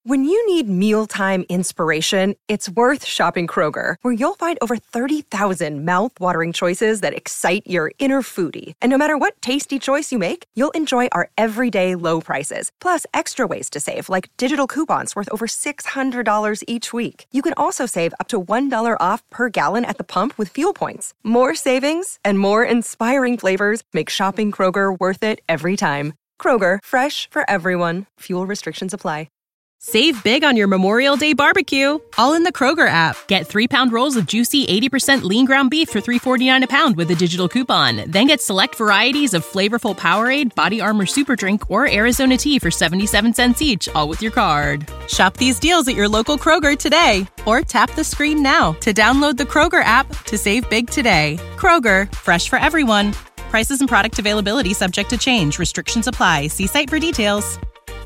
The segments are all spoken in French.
When you need mealtime inspiration, it's worth shopping Kroger, where you'll find over 30,000 mouth-watering choices that excite your inner foodie. And no matter what tasty choice you make, you'll enjoy our everyday low prices, plus extra ways to save, like digital coupons worth over $600 each week. You can also save up to $1 off per gallon at the pump with fuel points. More savings and more inspiring flavors make shopping Kroger worth it every time. Kroger, fresh for everyone. Fuel restrictions apply. Save big on your Memorial Day barbecue, all in the Kroger app. Get 3-pound rolls of juicy 80% lean ground beef for $3.49 a pound with a digital coupon. Then get select varieties of flavorful Powerade, Body Armor Super Drink, or Arizona tea for 77 cents each, all with your card. Shop these deals at your local Kroger today, or tap the screen now to download the Kroger app to save big today. Kroger, fresh for everyone. Prices and product availability subject to change. Restrictions apply. See site for details.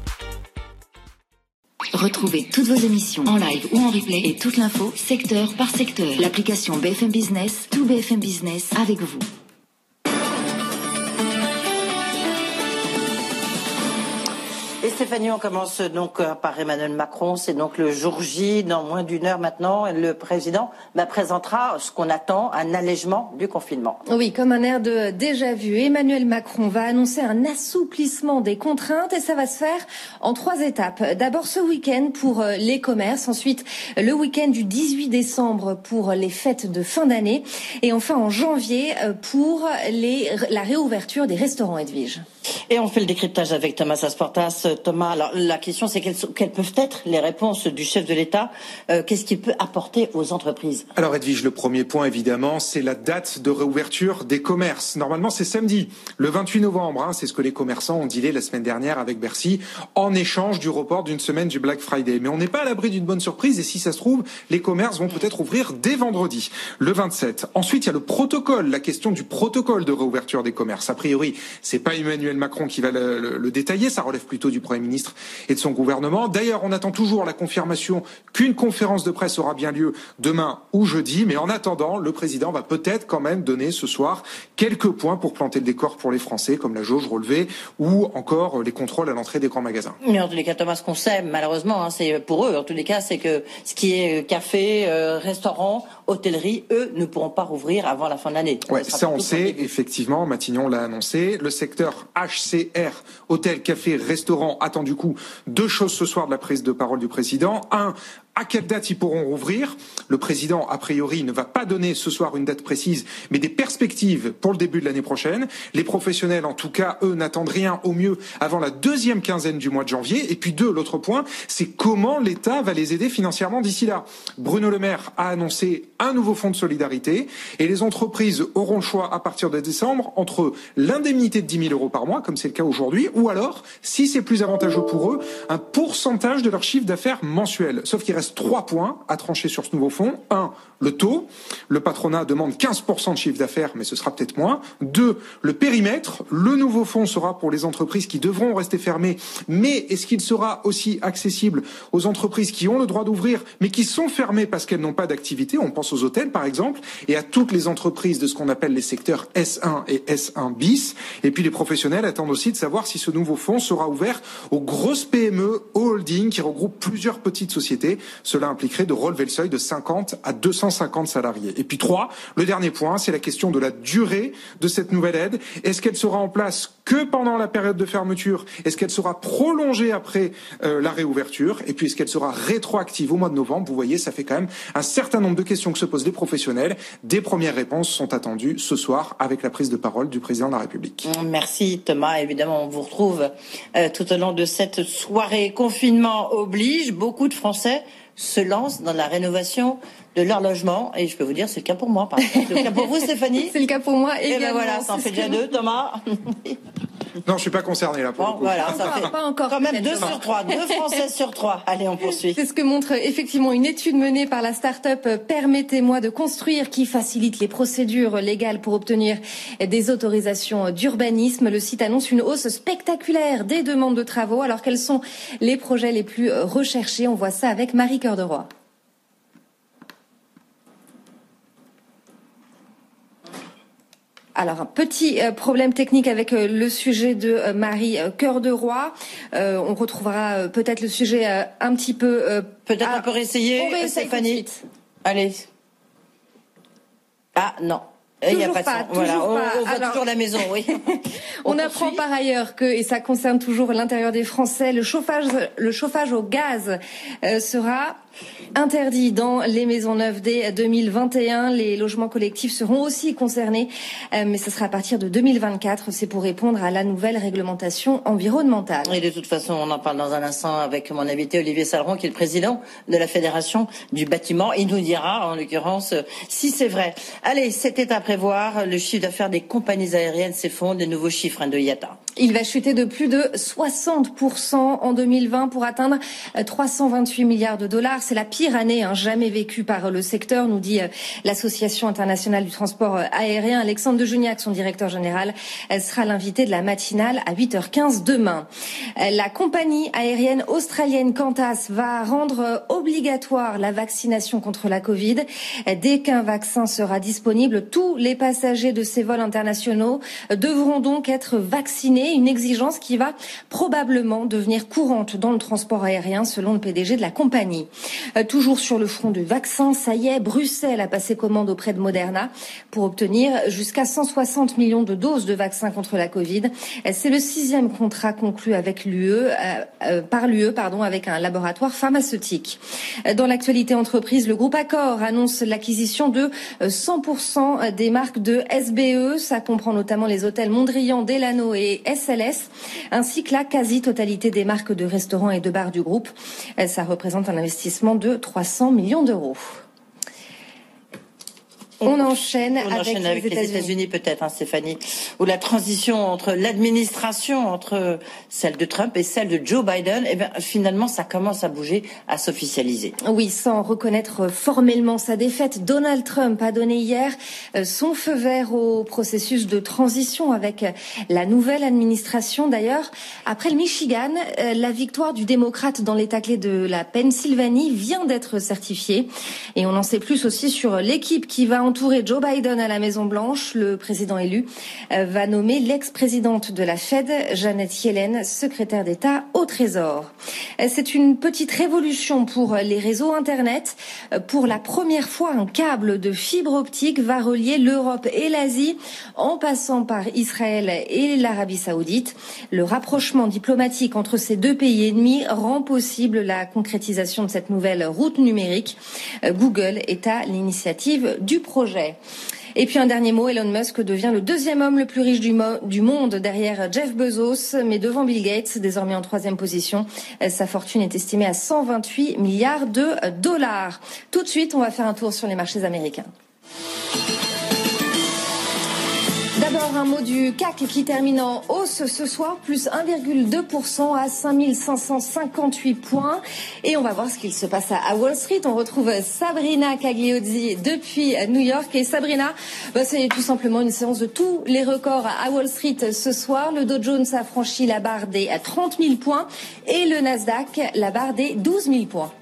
Retrouvez toutes vos émissions en live ou en replay et toute l'info secteur par secteur. L'application BFM Business, tout BFM Business avec vous. Et Stéphanie, on commence donc par Emmanuel Macron. C'est donc le jour J, dans moins d'une heure maintenant. Le président présentera ce qu'on attend, un allègement du confinement. Oui, comme un air de déjà-vu. Emmanuel Macron va annoncer un assouplissement des contraintes et ça va se faire en 3 étapes. D'abord ce week-end pour les commerces, ensuite le week-end du 18 décembre pour les fêtes de fin d'année et enfin en janvier pour la réouverture des restaurants, Edwige. Et on fait le décryptage avec Thomas Asportas. Thomas, alors la question c'est quelles peuvent être les réponses du chef de l'État. Qu'est-ce qu'il peut apporter aux entreprises? Alors Edwige, le premier point évidemment, c'est la date de réouverture des commerces. Normalement c'est samedi, le 28 novembre. C'est ce que les commerçants ont dealé la semaine dernière avec Bercy en échange du report d'une semaine du Black Friday. Mais on n'est pas à l'abri d'une bonne surprise et si ça se trouve, les commerces vont peut-être ouvrir dès vendredi, le 27. Ensuite, il y a le protocole, la question du protocole de réouverture des commerces. A priori, c'est pas Emmanuel Macron qui va le détailler, ça relève plutôt du Premier ministre et de son gouvernement. D'ailleurs, on attend toujours la confirmation qu'une conférence de presse aura bien lieu demain ou jeudi, mais en attendant, le président va peut-être quand même donner ce soir quelques points pour planter le décor pour les Français, comme la jauge relevée ou encore les contrôles à l'entrée des grands magasins. Mais en tous les cas, Thomas, ce qu'on sait, malheureusement, c'est pour eux, en tous les cas, c'est que ce qui est café, restaurant, hôtellerie, eux ne pourront pas rouvrir avant la fin de l'année. Ouais, ça on sait, effectivement, Matignon l'a annoncé. Le secteur HCR, hôtel, café, restaurant, attend du coup 2 choses ce soir de la prise de parole du président. 1, à quelle date ils pourront rouvrir? Le président, a priori, ne va pas donner ce soir une date précise, mais des perspectives pour le début de l'année prochaine. Les professionnels, en tout cas, eux, n'attendent rien au mieux avant la 2e quinzaine du mois de janvier. Et puis 2, l'autre point, c'est comment l'État va les aider financièrement d'ici là. Bruno Le Maire a annoncé un nouveau fonds de solidarité et les entreprises auront le choix à partir de décembre entre l'indemnité de 10 000 euros par mois, comme c'est le cas aujourd'hui, ou alors, si c'est plus avantageux pour eux, un pourcentage de leur chiffre d'affaires mensuel. Sauf qu'il reste 3 points à trancher sur ce nouveau fonds. 1, le taux. Le patronat demande 15% de chiffre d'affaires, mais ce sera peut-être moins. 2, le périmètre. Le nouveau fonds sera pour les entreprises qui devront rester fermées, mais est-ce qu'il sera aussi accessible aux entreprises qui ont le droit d'ouvrir, mais qui sont fermées parce qu'elles n'ont pas d'activité? On pense aux hôtels, par exemple, et à toutes les entreprises de ce qu'on appelle les secteurs S1 et S1 bis. Et puis les professionnels attendent aussi de savoir si ce nouveau fonds sera ouvert aux grosses PME, aux holdings qui regroupent plusieurs petites sociétés. Cela impliquerait de relever le seuil de 50 à 250 salariés. Et puis 3, le dernier point, c'est la question de la durée de cette nouvelle aide. Est-ce qu'elle sera en place que pendant la période de fermeture? Est-ce qu'elle sera prolongée après la réouverture? Et puis est-ce qu'elle sera rétroactive au mois de novembre? Vous voyez, ça fait quand même un certain nombre de questions que se posent les professionnels. Des premières réponses sont attendues ce soir avec la prise de parole du président de la République. Merci Thomas. Évidemment, on vous retrouve tout au long de cette soirée. Confinement oblige. Beaucoup de Français se lancent dans la rénovation de leur logement. Et je peux vous dire, c'est le cas pour moi. C'est le cas pour vous, Stéphanie? C'est le cas pour moi également. Et ben voilà, ça en fait déjà 2, Thomas. Non, je suis pas concerné là pour le coup. Voilà, ça fait pas encore. Quand même 2 sur 3, 2 Français sur 3. Allez, on poursuit. C'est ce que montre effectivement une étude menée par la start-up Permettez-moi de construire qui facilite les procédures légales pour obtenir des autorisations d'urbanisme. Le site annonce une hausse spectaculaire des demandes de travaux. Alors quels sont les projets les plus recherchés? On voit ça avec Marie Cœur de Roi. Alors, un petit problème technique avec le sujet de Marie Cœur de Roi. On retrouvera peut-être le sujet un petit peu... peut-être un peu réessayer, Stéphanie. Allez. Ah non. Il n'y a pas de son. Voilà, on voit toujours la maison, oui. On apprend par ailleurs que, et ça concerne toujours l'intérieur des Français, le chauffage au gaz sera interdit dans les maisons neuves dès 2021. Les logements collectifs seront aussi concernés, mais ce sera à partir de 2024. C'est pour répondre à la nouvelle réglementation environnementale. Et de toute façon, on en parle dans un instant avec mon invité Olivier Saleron, qui est le président de la Fédération du bâtiment. Il nous dira, en l'occurrence, si c'est vrai. Allez, c'était à prévoir. Le chiffre d'affaires des compagnies aériennes s'effondre. Des nouveaux chiffres de IATA. Il va chuter de plus de 60% en 2020 pour atteindre 328 milliards de dollars. C'est la pire année jamais vécue par le secteur, nous dit l'Association internationale du transport aérien. Alexandre de Juniac, son directeur général, sera l'invité de la matinale à 8h15 demain. La compagnie aérienne australienne Qantas va rendre obligatoire la vaccination contre la Covid. Dès qu'un vaccin sera disponible, tous les passagers de ces vols internationaux devront donc être vaccinés. Une exigence qui va probablement devenir courante dans le transport aérien, selon le PDG de la compagnie. Toujours sur le front du vaccin, ça y est, Bruxelles a passé commande auprès de Moderna pour obtenir jusqu'à 160 millions de doses de vaccins contre la Covid. C'est le 6e contrat conclu avec par l'UE, avec un laboratoire pharmaceutique. Dans l'actualité entreprise, le groupe Accor annonce l'acquisition de 100% des marques de SBE. Ça comprend notamment les hôtels Mondrian, Delano et SLS, ainsi que la quasi-totalité des marques de restaurants et de bars du groupe. Ça représente un investissement de 300 millions d'euros. On enchaîne avec les États-Unis peut-être, Stéphanie, où la transition entre l'administration, entre celle de Trump et celle de Joe Biden, finalement, ça commence à bouger, à s'officialiser. Oui, sans reconnaître formellement sa défaite, Donald Trump a donné hier son feu vert au processus de transition avec la nouvelle administration. D'ailleurs, après le Michigan, la victoire du démocrate dans l'État clé de la Pennsylvanie vient d'être certifiée. Et on en sait plus aussi sur l'équipe qui va entourer Joe Biden à la Maison-Blanche. Le président élu va nommer l'ex-présidente de la Fed, Janet Yellen, secrétaire d'État au Trésor. C'est une petite révolution pour les réseaux Internet. Pour la première fois, un câble de fibre optique va relier l'Europe et l'Asie en passant par Israël et l'Arabie Saoudite. Le rapprochement diplomatique entre ces deux pays ennemis rend possible la concrétisation de cette nouvelle route numérique. Google est à l'initiative du projet. Et puis un dernier mot, Elon Musk devient le 2e homme le plus riche du monde derrière Jeff Bezos, mais devant Bill Gates, désormais en 3e position. Sa fortune est estimée à 128 milliards de dollars. Tout de suite, on va faire un tour sur les marchés américains. D'abord, un mot du CAC qui termine en hausse ce soir, plus 1,2% à 5558 points. Et on va voir ce qu'il se passe à Wall Street. On retrouve Sabrina Cagliozzi depuis New York. Et Sabrina, c'est tout simplement une séance de tous les records à Wall Street ce soir. Le Dow Jones a franchi la barre des 30 000 points et le Nasdaq la barre des 12 000 points.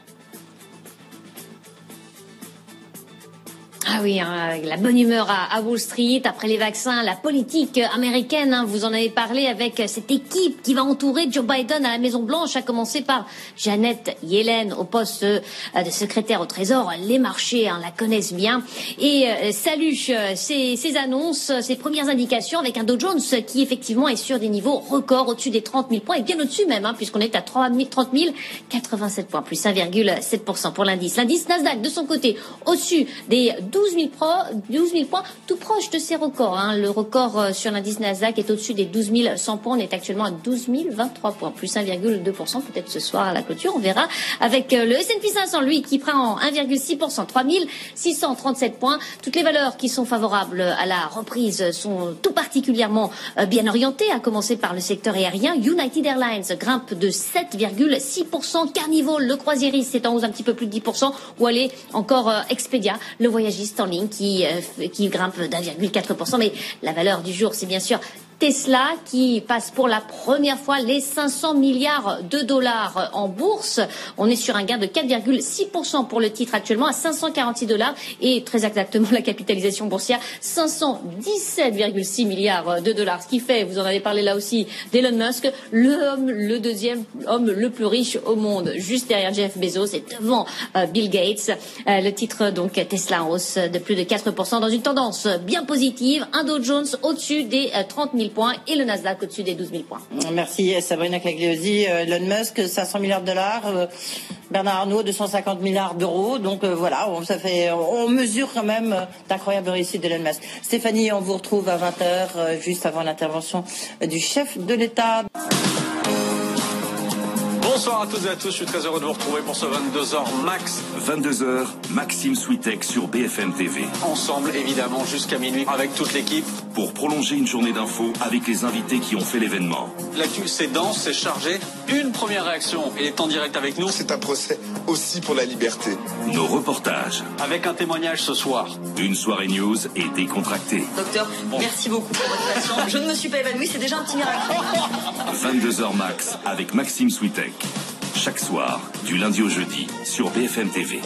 Ah oui, la bonne humeur à Wall Street, après les vaccins, la politique américaine, vous en avez parlé avec cette équipe qui va entourer Joe Biden à la Maison-Blanche, à commencer par Janet Yellen au poste de secrétaire au Trésor. Les marchés la connaissent bien et saluent ces annonces, ces premières indications avec un Dow Jones qui effectivement est sur des niveaux records au-dessus des 30 000 points et bien au-dessus même, puisqu'on est à 30 087 points, plus 1,7% pour l'indice. L'indice Nasdaq, de son côté, au-dessus des 12 000 points, tout proche de ses records. Le record sur l'indice Nasdaq est au-dessus des 12 100 points. On est actuellement à 12 023 points, plus 1,2%. Peut-être ce soir à la clôture, on verra. Avec le S&P 500, lui, qui prend 1,6%, 3 637 points. Toutes les valeurs qui sont favorables à la reprise sont tout particulièrement bien orientées, à commencer par le secteur aérien. United Airlines grimpe de 7,6%. Carnival, le croisiériste, c'est en hausse un petit peu plus de 10%. Ou allez encore Expedia, le voyagiste en ligne qui grimpe d'1,4%. Mais la valeur du jour, c'est bien sûr Tesla qui passe pour la première fois les 500 milliards de dollars en bourse. On est sur un gain de 4,6% pour le titre actuellement à 546 $, et très exactement la capitalisation boursière 517,6 milliards de dollars. Ce qui fait, vous en avez parlé là aussi, d'Elon Musk, le deuxième homme le plus riche au monde, juste derrière Jeff Bezos et devant Bill Gates. Le titre donc Tesla en hausse de plus de 4% dans une tendance bien positive. Un Dow Jones au-dessus des 30 000 points et le Nasdaq au-dessus des 12 000 points. Merci Sabrina Cagliosi. Elon Musk, 500 milliards de dollars. Bernard Arnault, 250 milliards d'euros. Donc voilà, on mesure quand même d'incroyables réussites d'Elon Musk. Stéphanie, on vous retrouve à 20h, juste avant l'intervention du chef de l'État. Bonsoir à toutes et à tous, je suis très heureux de vous retrouver pour ce 22h max. 22h, Maxime Switek sur BFM TV. Ensemble, évidemment, jusqu'à minuit, avec toute l'équipe. Pour prolonger une journée d'infos avec les invités qui ont fait l'événement. L'actu, c'est dense, c'est chargé. Une première réaction, il est en direct avec nous. C'est un procès aussi pour la liberté. Nos reportages. Avec un témoignage ce soir. Une soirée news et décontractée. Docteur, merci beaucoup pour votre patience. Je ne me suis pas évanouie, c'est déjà un petit miracle. 22h max avec Maxime Switek. Chaque soir, du lundi au jeudi, sur BFM TV.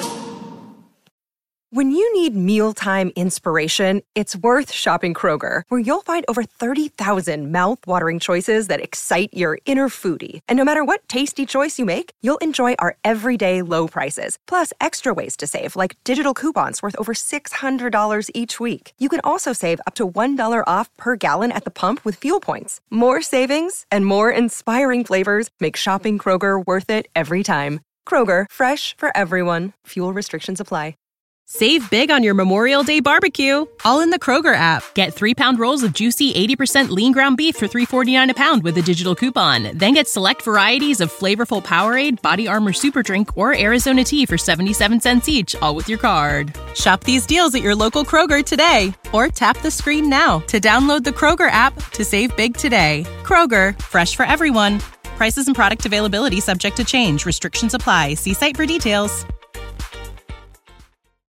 When you need mealtime inspiration, it's worth shopping Kroger, where you'll find over 30,000 mouth-watering choices that excite your inner foodie. And no matter what tasty choice you make, you'll enjoy our everyday low prices, plus extra ways to save, like digital coupons worth over $600 each week. You can also save up to $1 off per gallon at the pump with fuel points. More savings and more inspiring flavors make shopping Kroger worth it every time. Kroger, fresh for everyone. Fuel restrictions apply. Save big on your Memorial Day barbecue, all in the Kroger app. Get 3-pound rolls of juicy 80% lean ground beef for $3.49 a pound with a digital coupon. Then get select varieties of flavorful Powerade, Body Armor Super Drink, or Arizona tea for 77 cents each, all with your card. Shop these deals at your local Kroger today, or tap the screen now to download the Kroger app to save big today. Kroger, fresh for everyone. Prices and product availability subject to change. Restrictions apply. See site for details.